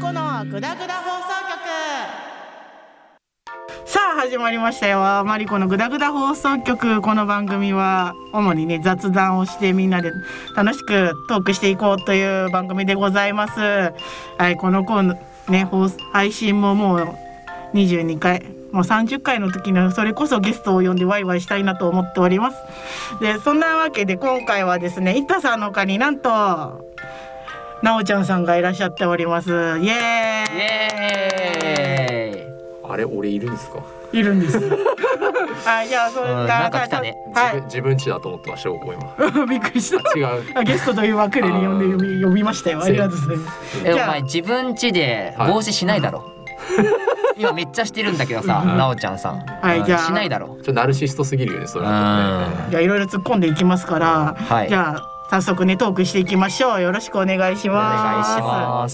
子のグダグダ放送局。さあ始まりましたよ、マリコのグダグダ放送局。この番組は主にね、雑談をしてみんなで楽しくトークしていこうという番組でございます。はい、このコーナーね、配信ももう22回、もう30回の時のそれこそゲストを呼んでワイワイしたいなと思っております。でそんなわけで今回はですね、イッタさんの他になんとなおちゃんさんがいらっしゃっております。イエーイ、イエーイ。 あれ、俺いるんですか？ いるんですあ、いや、そうなんか来たね。 自分家だと思ってました僕今びっくりした違うゲストという枠で、ね、呼びましたよ。ありがとうございます。 お前自分家で帽子しないだろ、今めっちゃしてるんだけどさ、なおちゃんさん、じゃあしないだろ。 ナルシストすぎるよね、それはね。 じゃあいろいろ突っ込んでいきますから、じゃあ早速ねトークしていきましょう。よろしくお願いします。 お願いします。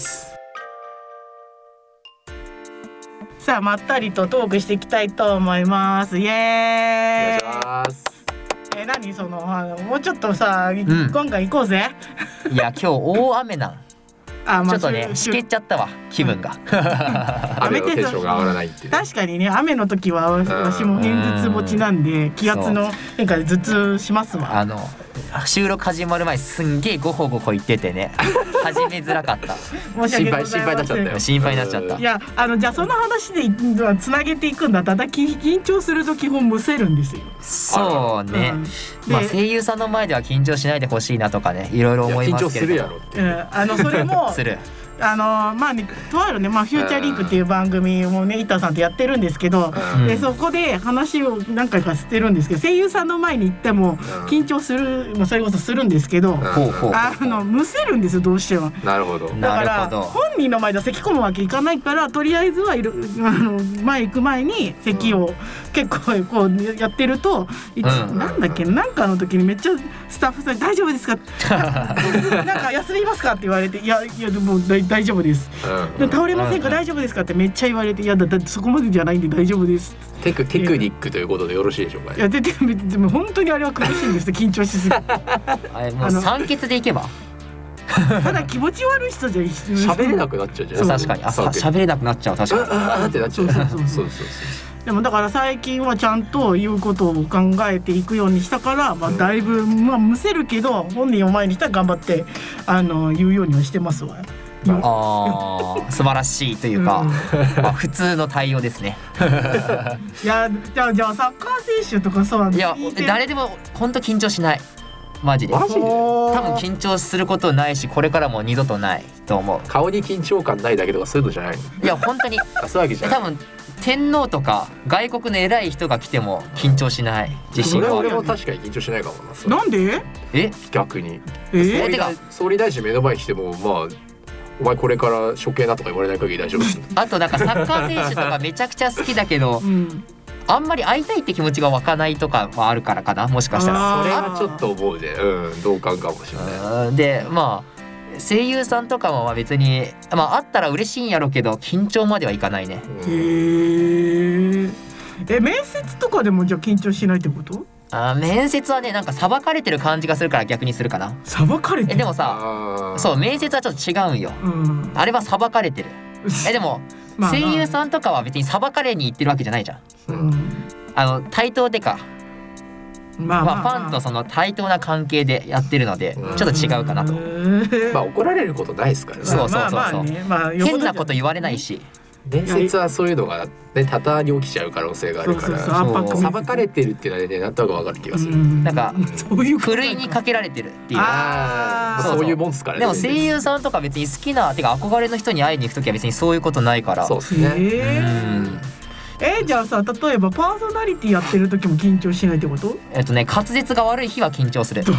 さあまったりとトークしていきたいと思います。イエーイ。 お願いします。 何そのもうちょっとさ、今回行こうぜ。 いや今日大雨なんちょっとねしけっちゃったわ、気分が雨のテンションが上がらないっていう。 確かにね、雨の時は私も片頭痛持ちなんで、気圧の変化で頭痛しますわ。 収録始まる前すんげえゴホゴホ言っててね始めづらかった心配になっちゃったよ。 心配になっちゃった。 いやじゃあその話でつなげていくんだったら、緊張すると基本むせるんですよ。 そうね、声優さんの前では緊張しないでほしいなとかね、いろいろ思いますけれど。 緊張するやろってそれもする。 とあるね、フューチャーリンクっていう番組をね、イタさんとやってるんですけど、でそこで話を何回かしてるんですけど、声優さんの前に行っても緊張する、それこそするんですけど、むせるんですよ、どうしても。 なるほど。 だから本人の前で咳込むわけいかないから、とりあえずは前行く前に咳を結構こうやってると、なんだっけ、なんかの時にめっちゃスタッフさんに大丈夫ですかなんか休みますかって言われて、いやでも大丈夫です、倒れませんか、大丈夫ですかってめっちゃ言われて、いやだってそこまでじゃないんで大丈夫ですテクニックということでよろしいでしょうか。 いやでも本当にあれは苦しいんです緊張しすぎてもう酸欠でいけばただ気持ち悪い人じゃ喋れなくなっちゃうじゃん。 確かに喋れなくなっちゃう。確かにってなっちゃう。そうでもだから最近はちゃんと言うことを考えていくようにしたから、だいぶむせるけど本人を前にしたら頑張って言うようにはしてますわ。 素晴らしいというか、普通の対応ですねいやじゃあサッカー選手とかさ、 いや誰でも本当緊張しない、マジで。多分緊張することないし、これからも二度とないと思う。 顔に緊張感ないだけとかそういうのじゃないの？ いや本当にそうわけじゃない。 多分天皇とか外国の偉い人が来ても緊張しない自信がある。 俺も確かに緊張しないかもな。 なんで？ 逆に総理大臣目の前に来ても、お前これから処刑なとか言われない限り大丈夫あとなんかサッカー選手とかめちゃくちゃ好きだけど、あんまり会いたいって気持ちが湧かないとかはあるからかな、もしかしたら。 それはちょっと思うね。同感かもしれない。 で声優さんとかも別に会ったら嬉しいんやろうけど、緊張まではいかないね。 面接とかでもじゃあ緊張しないってこと？ 面接はね、なんか裁かれてる感じがするから逆にするかな。 裁かれてる？ でもさ、そう面接はちょっと違うんよ、あれは裁かれてる。でも声優さんとかは別に裁かれに行ってるわけじゃないじゃん。対等でか、ファンとその対等な関係でやってるのでちょっと違うかなと。 怒られることないですからね。 そう変なこと言われないし、 面接はそういうのがね、多々に起きちゃう可能性があるから、裁かれてるっていうのはね、なんとなく分かる気がする。 なんかふるいにかけられてるっていう、 そういうもんですからね。 でも声優さんとか別に好きなてか憧れの人に会いに行くときは別にそういうことないから。 そうですね。 じゃあさ、例えばパーソナリティやってる時も緊張しないってこと？ 滑舌が悪い日は緊張する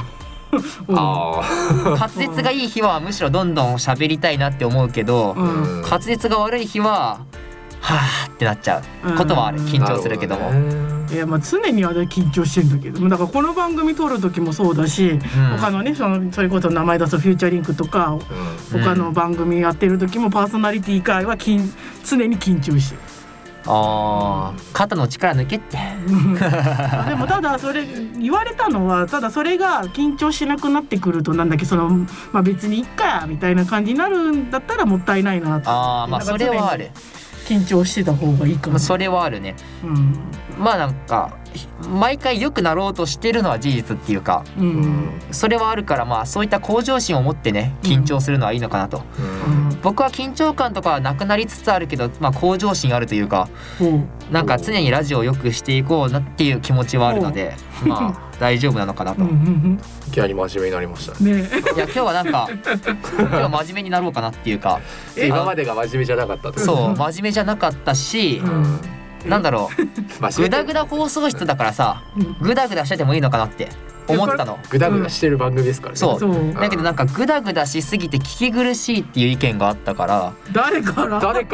滑舌がいい日はむしろどんどん喋りたいなって思うけど、滑舌が悪い日ははぁってなっちゃうことはある。緊張するけども、 常には緊張してんだけど、だからこの番組撮る時もそうだし、他のねそれこそ名前出すフューチャーリンクとか、他の番組やってる時もパーソナリティ以外は常に緊張してる。 肩の力抜けってでもただそれ言われたのはただそれが緊張しなくなってくるとなんだっけ別にいっかみたいな感じになるんだったらもったいないなと。 それはある。 緊張してた方がいいかな。 それはあるね。なんか毎回良くなろうとしてるのは事実っていうか、それはあるからそういった向上心を持ってね緊張するのはいいのかなと。僕は緊張感とかはなくなりつつあるけど、向上心あるというか、なんか常にラジオを良くしていこうなっていう気持ちはあるので、大丈夫なのかなと。 いきなり真面目になりましたね。 いや今日はなんか今日は真面目になろうかなっていうか、 今までが真面目じゃなかったってこと。 そう真面目じゃなかったし、なんだろうグダグダ放送室だからさ、グダグダしててもいいのかなって思ったの。 グダグダしてる番組ですからね。 そうだけどなんかグダグダしすぎて聞き苦しいっていう意見があったから。 誰から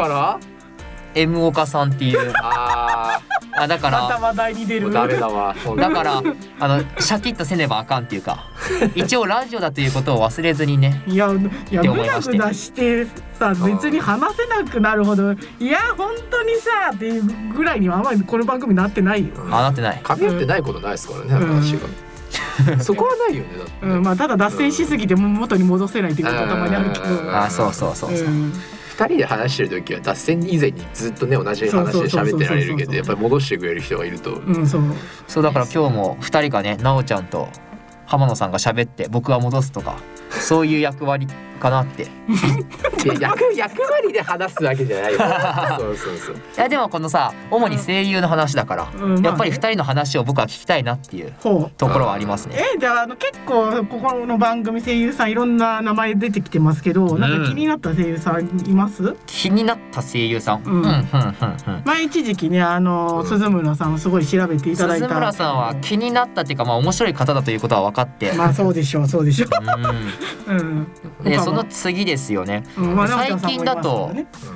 M 岡さんっていうだから頭台に出る。 ダメだわ。 だからシャキッとせねばあかんっていうか一応ラジオだということを忘れずにね。 いやグダグダしてさ別に話せなくなるほどいや本当にさっていうぐらいにはあまりこの番組なってないよ。 なってない。 噛み合ってないことないですからね話が。そこはないよね。だってただ脱線しすぎて元に戻せないっていうことはたまにあるけど。 そう。 2人で話してる時は脱線以前にずっとね同じ話で喋ってられるけど、やっぱり戻してくれる人がいると。 そうだから今日も2人がねなおちゃんと浜野さんが喋って僕は戻すとかそういう役割かなって。 役割で話すわけじゃないよ。そう。 いやでもこのさ主に声優の話だから、やっぱり2人の話を僕は聞きたいなっていうところはありますね。 じゃあ結構ここの番組声優さんいろんな名前出てきてますけど、なんか気になった声優さんいます？ 気になった声優さん。 前一時期ね鈴村さんをすごい調べていただいた。 鈴村さんは気になったっていうか面白い方だということは分かって。 そうでしょう。 でその次ですよね。最近だと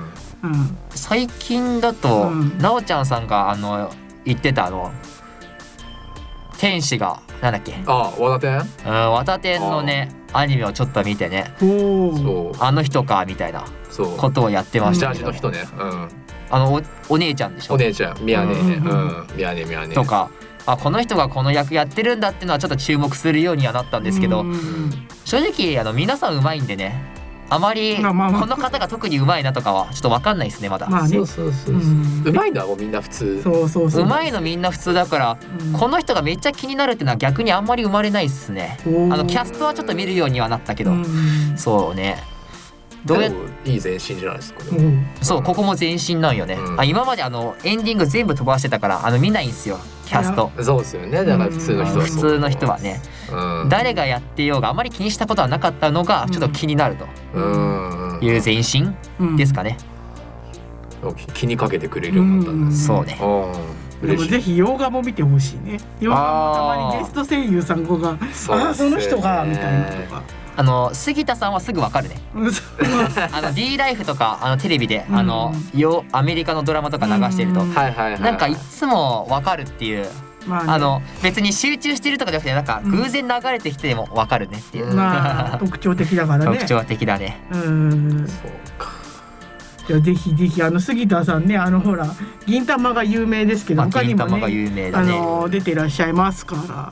なおちゃんさんが言ってた天使がなんだっけ。 和田天。 和田天のねアニメをちょっと見てね。あの人かみたいなことをやってましたけど。 ジャージの人ね。 お姉ちゃんでしょ。 お姉ちゃん宮根とか。この人がこの役やってるんだっていうのはちょっと注目するようにはなったんですけど、正直皆さんうまいんでね、あまりこの方が特にうまいなとかはちょっと分かんないですねまだ。 そううまいのはもうみんな普通。 うまいのみんな普通だから、この人がめっちゃ気になるっていうのは逆にあんまり生まれないですね。キャストはちょっと見るようにはなったけど、そうね。 どうやっていい前進じゃないですか。 そうここも前進なんよね。今までエンディング全部飛ばしてたから見ないんですよキャスト。 そうですよね。だから普通の人はね、誰がやってようがあまり気にしたことはなかったのがちょっと気になるという前進ですかね。 気にかけてくれるようになったんです。 そうね。 でもぜひ洋画も見てほしいね。洋画もたまにゲスト声優さんがその人がみたいなとか。 杉田さんはすぐわかるね。D ライフとかテレビでアメリカのドラマとか流してるとなんかいつもわかるっていう。別に集中してるとかじゃなくてなんか偶然流れてきてもわかるねっていう。 特徴的だからね。 特徴的だね。 そうか。じゃあぜひ杉田さんねほら銀魂が有名ですけど他にもね出てらっしゃいますから。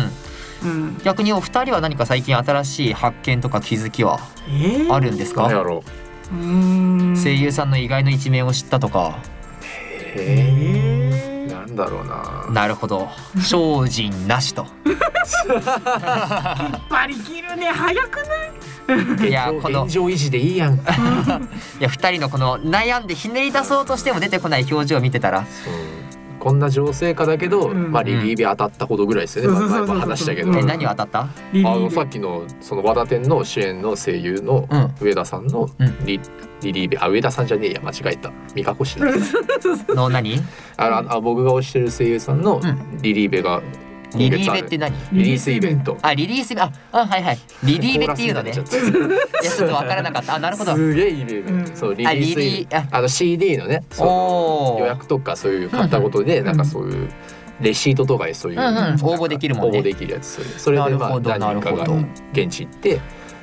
逆にお二人は何か最近新しい発見とか気づきはあるんですか？声優さんの意外な一面を知ったとか。 なんだろうな。 なるほど。精進なしと。 引っ張り切るね。早くない？ いやこの現状維持でいいやん。いや二人のこの悩んでひねり出そうとしても出てこない表情を見てたら。 こんな情勢下だけど、リリーベ当たったほどぐらいですよね。前も話したけど。 何を当たった？ さっきのその和田天の主演の声優の上田さんのリリーベ、上田さんじゃねえや、間違えた。三河市だ。 の何？ 僕が推してる声優さんのリリーベが。 リリーベって何？ リリースイベント。 リリースはいはい。リリーベっていうのね。いやちょっとわからなかった。なるほど。 すげえいいね。そうリリース。CD のね。予約とかそういう買ったことでなんかそういうレシートとかでそういう応募できるもんね。 応募できるやつ。それで何人かが現地行って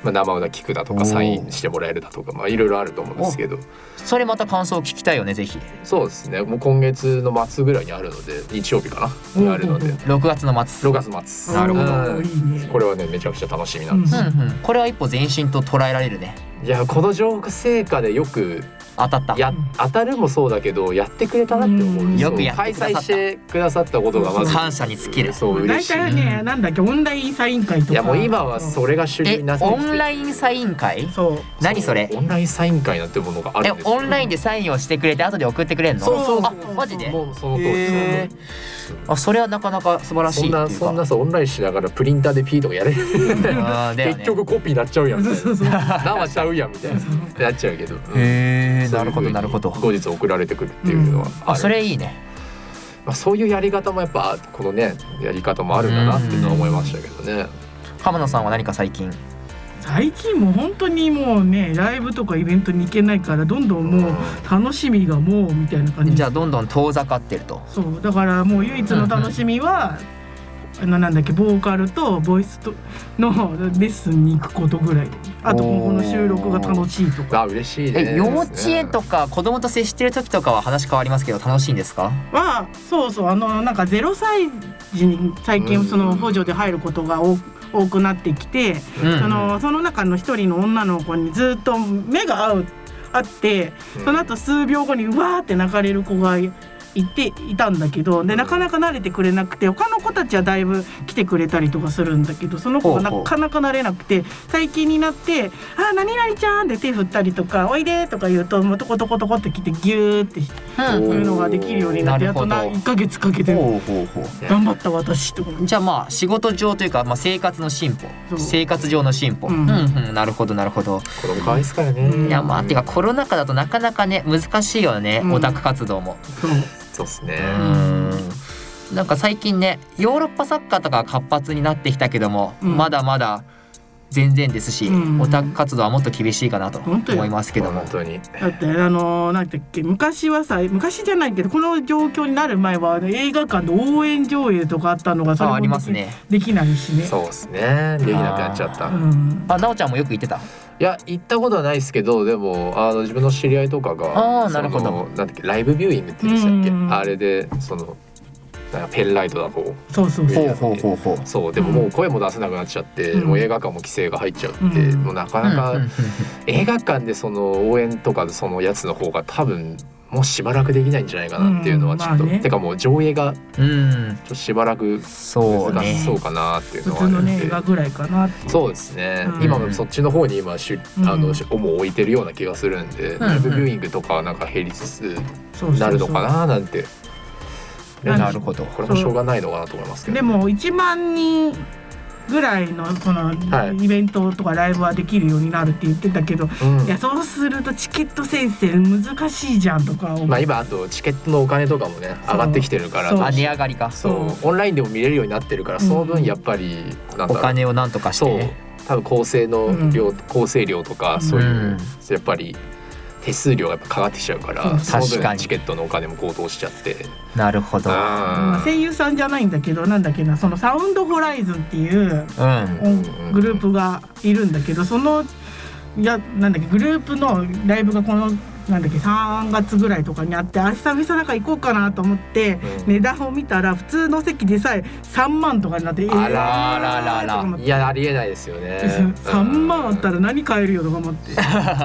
生歌聞くだとかサインしてもらえるだとかいろいろあると思うんですけど、 それまた感想聞きたいよねぜひ。 そうですね、もう今月の末ぐらいにあるので、日曜日かなにあるので、 6月の末。 6月末。 なるほど、 これはねめちゃくちゃ楽しみなんですよ、 これは一歩前進と捉えられるね。 いやこの情成果でよく当たった。 当たるもそうだけどやってくれたなって思う。 よくやってくださった。 開催してくださったことがまず感謝に尽きる。 そう嬉しい。 大体ね、なんだっけ、オンラインサイン会とか。 いやもう今はそれが主流になってきて。 オンラインサイン会？ そう。 何それ？ オンラインサイン会なんてものがあるんですよ。 オンラインでサインをしてくれて後で送ってくれんの？ そう。 あ、マジで？ もうその通りです。 あ、それはなかなか素晴らしいっていうか。 そんなさオンラインしながらプリンターで P とかやれる。結局コピーになっちゃうやん。生しちゃうやんみたいななっちゃうけど。 へえ、なるほどなるほど。 後日送られてくるっていうのはあ、それいいね。 そういうやり方もやっぱこのねやり方もあるんだなっていうのは思いましたけどね。 浜野さんは何か最近もう本当にもうねライブとかイベントに行けないからどんどんもう楽しみがもうみたいな感じ。 じゃあどんどん遠ざかってると。 そうだからもう唯一の楽しみは、なんだっけ、ボーカルとボイスとのレッスンに行くことぐらい。あとこの収録が楽しいとか。 嬉しいね。 幼稚園とか子供と接してる時とかは話変わりますけど楽しいんですか？ そうなんか0歳児に最近その補助で入ることが多くなってきて、その中の一人の女の子にずっと目があって、その後数秒後にうわーって泣かれる子がいたんだけど、でなかなか慣れてくれなくて、他の子たちはだいぶ来てくれたりとかするんだけど、その子がなかなか慣れなくて、最近になって「あ、何々ちゃん」って手振ったりとか「おいで」とか言うともうトコトコトコって来てギューっていうのができるようになって、あと1ヶ月かけて頑張った私とか。 じゃあ仕事上というか生活の進歩、生活上の進歩。なるほどなるほど。 これも可愛いですからね。 いやてかコロナ禍だとなかなかね難しいよね、オタク活動も。 そうですね。 なんか最近ねヨーロッパサッカーとか活発になってきたけども、まだまだ全然ですし、オタク活動はもっと厳しいかなと思いますけども。 本当に。 だってなんだっけ、昔じゃないけどこの状況になる前は映画館で応援上映とかあったのがそれもありますね。 できないしね。 そうですね。できなくなっちゃった。 なおちゃんもよく行ってた？ いや行ったことはないですけど、でも自分の知り合いとかがなるほど。 なんだっけ、ライブビューイングって言うんでしたっけ、あれでなんかペンライトだこう。そうでももう声も出せなくなっちゃって、もう映画館も規制が入っちゃって、もうなかなか映画館でその応援とかそのやつの方が多分もうしばらくできないんじゃないかなっていうのはちょっと、てかもう上映がちょっとしばらく難しそうかなっていうのはあるんで、 普通の映画ぐらいかなって。 そうですね、今のそっちの方に今主を置いてるような気がするんで、ライブビューイングとかはなんか減りつつなるのかななんて。 なるほど。 これもしょうがないのかなと思いますけど。 でも1万人ぐらいのそのイベントとかライブはできるようになるって言ってたけど、いやそうするとチケット先生難しいじゃんとか。 今あとチケットのお金とかもね上がってきてるから、 値上がりか。 そうオンラインでも見れるようになってるから、その分やっぱりお金をなんとかして、 多分構成料とかそういうやっぱり手数料がやっぱかかってきちゃうから、その分チケットのお金も高騰しちゃって。 なるほど。 声優さんじゃないんだけど、なんだっけな、そのサウンドホライズンっていうグループがいるんだけど、なんだっけ、グループのライブがこのなんだっけ3月ぐらいとかにあって、久々なんか行こうかなと思って値段を見たら普通の席でさえ3万とかになって、 あらいやありえないですよね。 3万あったら何買えるよとか思って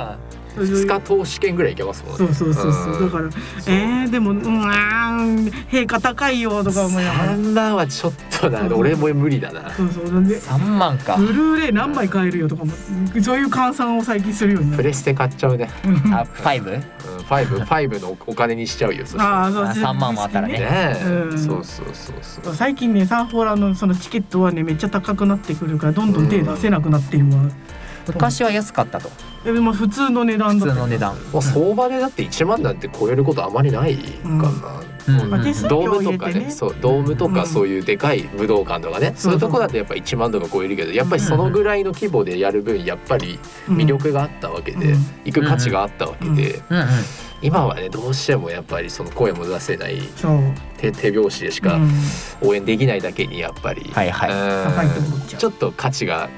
2日投資券ぐらいいけますもんね。 そうだからでも陛下高いよとか思いながら、 3万はちょっとな、俺も無理だな。 3万か。 ブルーレイ何枚買えるよとかも、そういう換算を最近するようになる。 プレステ買っちゃうね。5のお金にしちゃうよ。 3万もあったらね。 そう最近ねサンフォラのそのチケットはねめっちゃ高くなってくるから、どんどん手出せなくなってるわ。 昔は安かったと。 でも普通の値段だった。 普通の値段。 相場でだって1万なんて超えることあまりないかな。ドームとかね、ドームとかそういうでかい武道館とかね、そういうとこだとやっぱ1万とか超えるけど、やっぱりそのぐらいの規模でやる分やっぱり魅力があったわけで、行く価値があったわけで、今はねどうしてもやっぱりその声も出せない手拍子でしか応援できないだけに、やっぱりちょっと価値が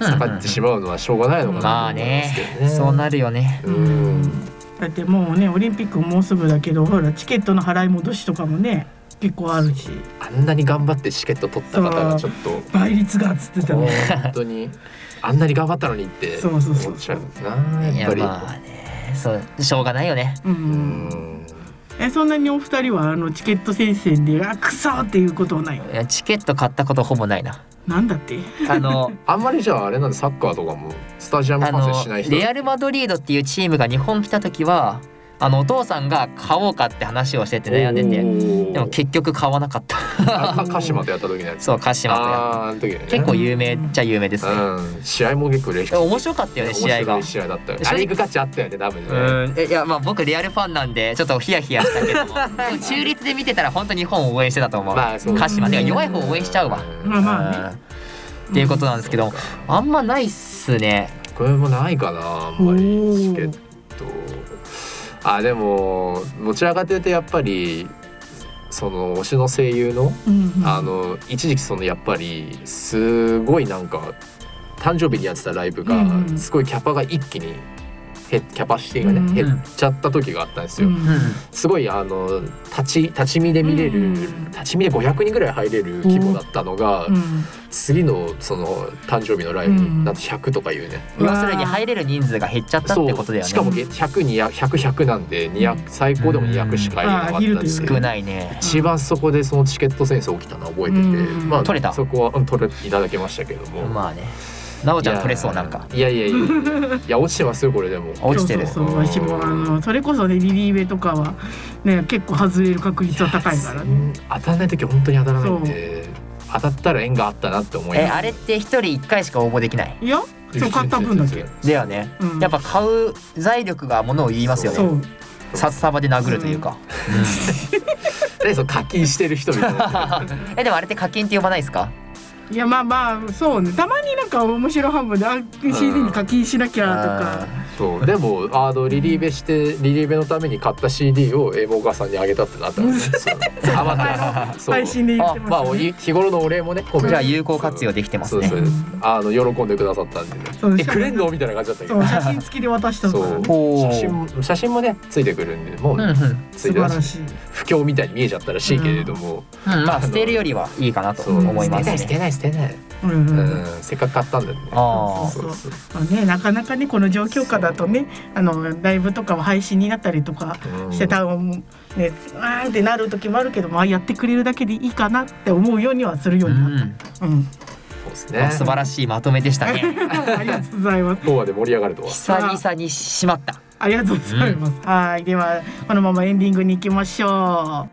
下がってしまうのはしょうがないのかなと思いますけどね。 まあね、そうなるよね。 だってもうねオリンピックもうすぐだけど、ほらチケットの払い戻しとかもね結構あるし、 あんなに頑張ってチケット取った方がちょっと倍率がっつってたね。 本当にあんなに頑張ったのにって思っちゃうな、やっぱり。 まあね、そうしょうがないよね。 そんなにお二人はチケット戦線でクソっていうことはないよ。 いやチケット買ったことほぼないな。 なんだってあんまりじゃああれなんでサッカーとかもスタジアム観戦しない人。 レアル・マドリードっていうチームが日本来た時はお父さんが買おうかって話をしてて悩んでて、でも結局買わなかった。 鹿島とやった時のやつ。 そう、鹿島とやった時、ね、結構有名っちゃ有名ですね。 試合も結構嬉しい。 面白かったよね、試合が。 面白い試合だったよね。あれ行く価値あったよね、多分ね。 いやまあ僕レアルファンなんでちょっとヒヤヒヤしたけども中立で見てたら本当に日本を応援してたと思う。鹿島てか弱い方を応援しちゃうわ。 まあね。 っていうことなんですけど、あんまないっすね。 これもないかな、あんまりチケット。でもどちらかというとやっぱりその推しの声優の、一時期やっぱりすごいなんか誕生日にやってたライブがすごいキャパが一気にキャパシティがね、減っちゃった時があったんですよ。すごい立ち見で見れる、立ち見で500人ぐらい入れる規模だったのが、次のその誕生日のライブになって100とかいうね、 要するに入れる人数が減っちゃったってことだよね。 しかも100、200、100、100なんで200、最高でも200しか入れなかったんで、 少ないね。 一番そこでそのチケット戦争起きたのは覚えてて、まあ取れた。 そこは取れいただけましたけども、 まあね。なおちゃん取れそうなんか。 いや落ちてますよこれでも。 落ちてる。 私もそれこそねリリーベとかはね結構外れる確率は高いからね。 当たらない時は本当に当たらないんで、当たったら縁があったなって思います。 あれって一人1回しか応募できない。 いや、そう買った分だけ。 だよね。やっぱ買う財力がものを言いますよね。札束で殴るというか。 そう課金してる人みたいな。 でもあれって課金って呼ばないですか？ いやまあそうね、たまになんか面白半分でCD に課金しなきゃとか。 そうでもリリーベのために買った CD をエモガさんにあげたってなったんですよ。 配信で言ってますね。日頃のお礼もね、 じゃあ有効活用できてますね。 喜んでくださったんでね。くれんのみたいな感じだったけど。 写真付きで渡したの。 写真もねついてくるんで、もう素晴らしい。 不況みたいに見えちゃったらしいけれども、 まあ捨てるよりはいいかなと思いますね。 捨てない。せっかく買ったんだよね。なかなかねこの状況下だとねライブとかは配信になったりとかして多分ねってなる時もあるけど、やってくれるだけでいいかなって思うようにはするようになった。 素晴らしいまとめでしたね。 ありがとうございます。 今日で盛り上がるとは久々にしまった。 ありがとうございます。はい、ではこのままエンディングに行きましょう。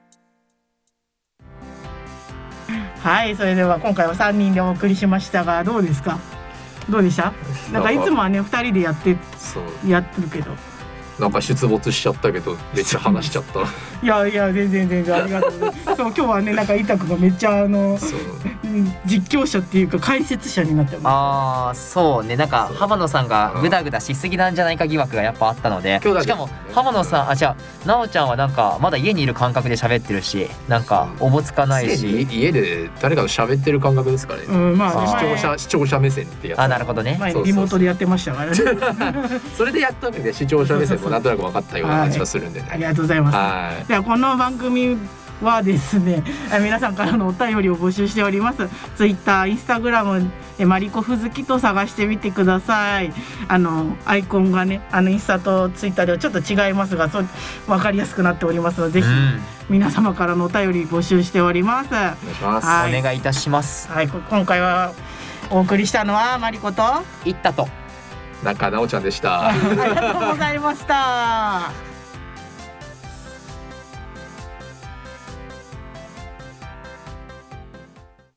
はい、それでは今回は3人でお送りしましたが、どうですか？どうでした？なんかいつもはね2人でやってるけど、 なんか出没しちゃったけどめっちゃ話しちゃった。 いや全然ありがとう。そう今日はねなんかイタクがめっちゃ実況者っていうか解説者になってます。そうね、なんか浜野さんがグダグダしすぎなんじゃないか疑惑がやっぱあったので、しかも浜野さんなおちゃんはなんかまだ家にいる感覚で喋ってるし、なんかおぼつかないし、 家で誰かと喋ってる感覚ですからね。視聴者目線ってやつ。 なるほどね。 前にリモートでやってましたからね。 それでやったので視聴者目線もなんとなく分かったような感じがするんでね。 ありがとうございます。ではこの番組はですね、皆さんからのお便りを募集しております。ツイッター、インスタグラムでマリコフ好きと探してみてください。アイコンがね、インスタとツイッターではちょっと違いますが、分かりやすくなっておりますので、ぜひ皆様からのお便り募集しております。お願いいたします。 はい、今回はお送りしたのはマリコといったと中なおちゃんでした。 ありがとうございました。